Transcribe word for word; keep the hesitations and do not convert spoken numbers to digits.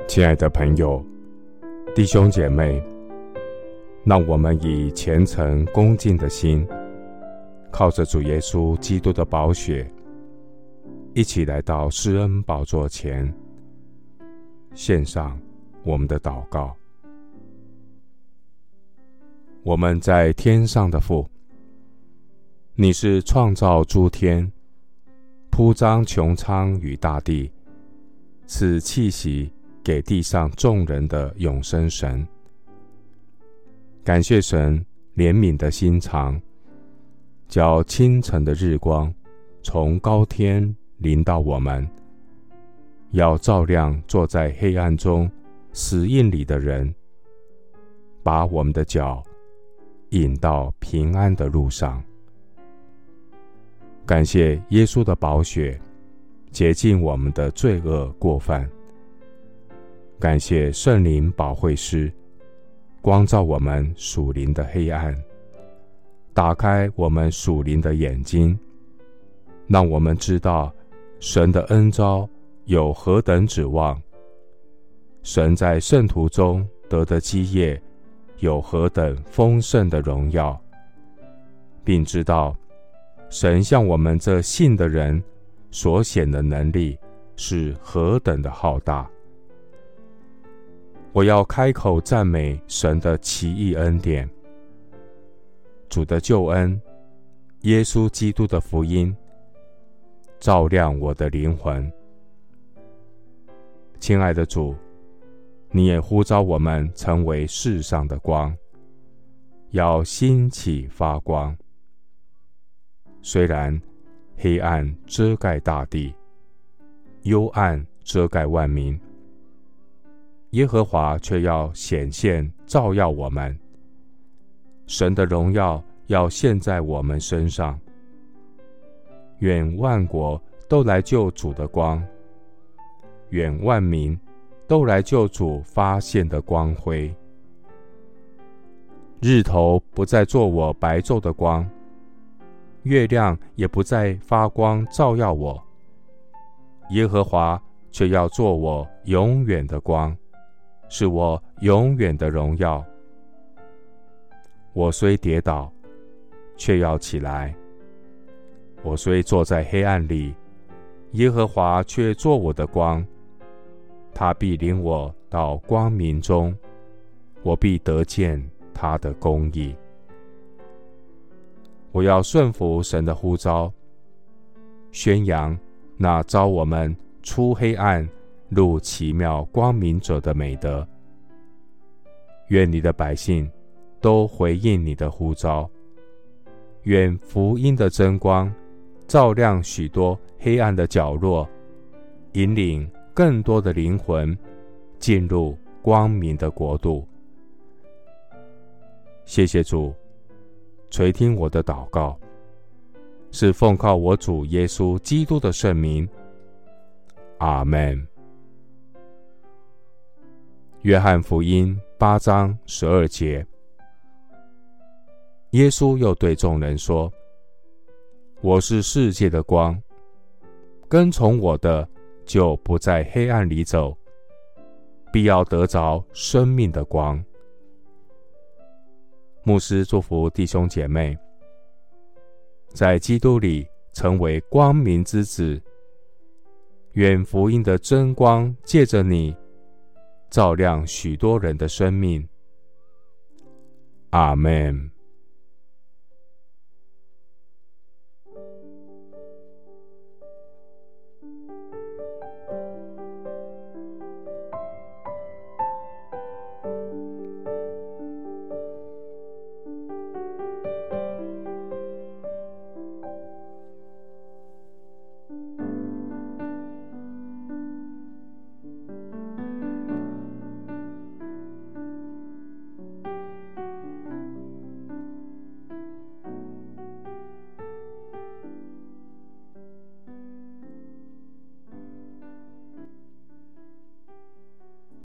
亲爱的朋友、弟兄姐妹，让我们以虔诚恭敬的心，靠着主耶稣基督的宝血，一起来到施恩宝座前，献上我们的祷告。我们在天上的父，你是创造诸天、铺张穹苍与大地，赐气息给地上众人的永生神。感谢神怜悯的心肠，叫清晨的日光从高天临到我们，要照亮坐在黑暗中死荫里的人，把我们的脚引到平安的路上。感谢耶稣的宝血洁净我们的罪恶过犯，感谢圣灵保惠师光照我们属灵的黑暗，打开我们属灵的眼睛，让我们知道神的恩召有何等指望，神在圣徒中得的基业有何等丰盛的荣耀，并知道神向我们这信的人所显的能力是何等的浩大。我要开口赞美神的奇异恩典，主的救恩，耶稣基督的福音，照亮我的灵魂。亲爱的主，你也呼召我们成为世上的光，要兴起发光。虽然黑暗遮盖大地，幽暗遮盖万民，耶和华却要显现照耀我们。神的荣耀要现在我们身上。愿万国都来救主的光，愿万民都来救主发现的光辉。日头不再做我白昼的光，月亮也不再发光照耀我，耶和华却要做我永远的光，是我永远的荣耀。我虽跌倒，却要起来；我虽坐在黑暗里，耶和华却做我的光。他必领我到光明中，我必得见他的公义。我要顺服神的呼召，宣扬那召我们出黑暗入奇妙光明者的美德。愿你的百姓都回应你的呼召，愿福音的真光照亮许多黑暗的角落，引领更多的灵魂进入光明的国度。谢谢主垂听我的祷告，是奉靠我主耶稣基督的圣名。阿们。约翰福音八章十二节，耶稣又对众人说：我是世界的光，跟从我的就不在黑暗里走，必要得着生命的光。牧师祝福弟兄姐妹，在基督里成为光明之子，愿福音的真光借着你照亮许多人的生命。阿们。